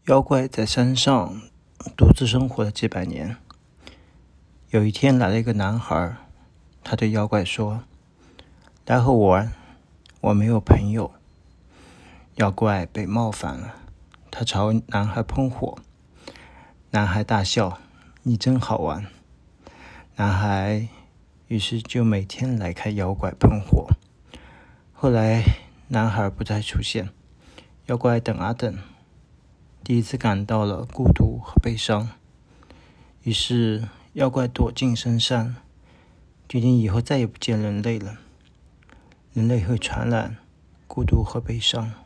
妖怪在山上独自生活了几百年。有一天来了一个男孩，他对妖怪说：“来和我玩，我没有朋友。”妖怪被冒犯了，他朝男孩喷火。男孩大笑：“你真好玩。”男孩于是就每天来看妖怪喷火。后来男孩不再出现，妖怪等啊等，第一次感到了孤独和悲伤。于是妖怪躲进深山，决定以后再也不见人类了。人类会传染孤独和悲伤。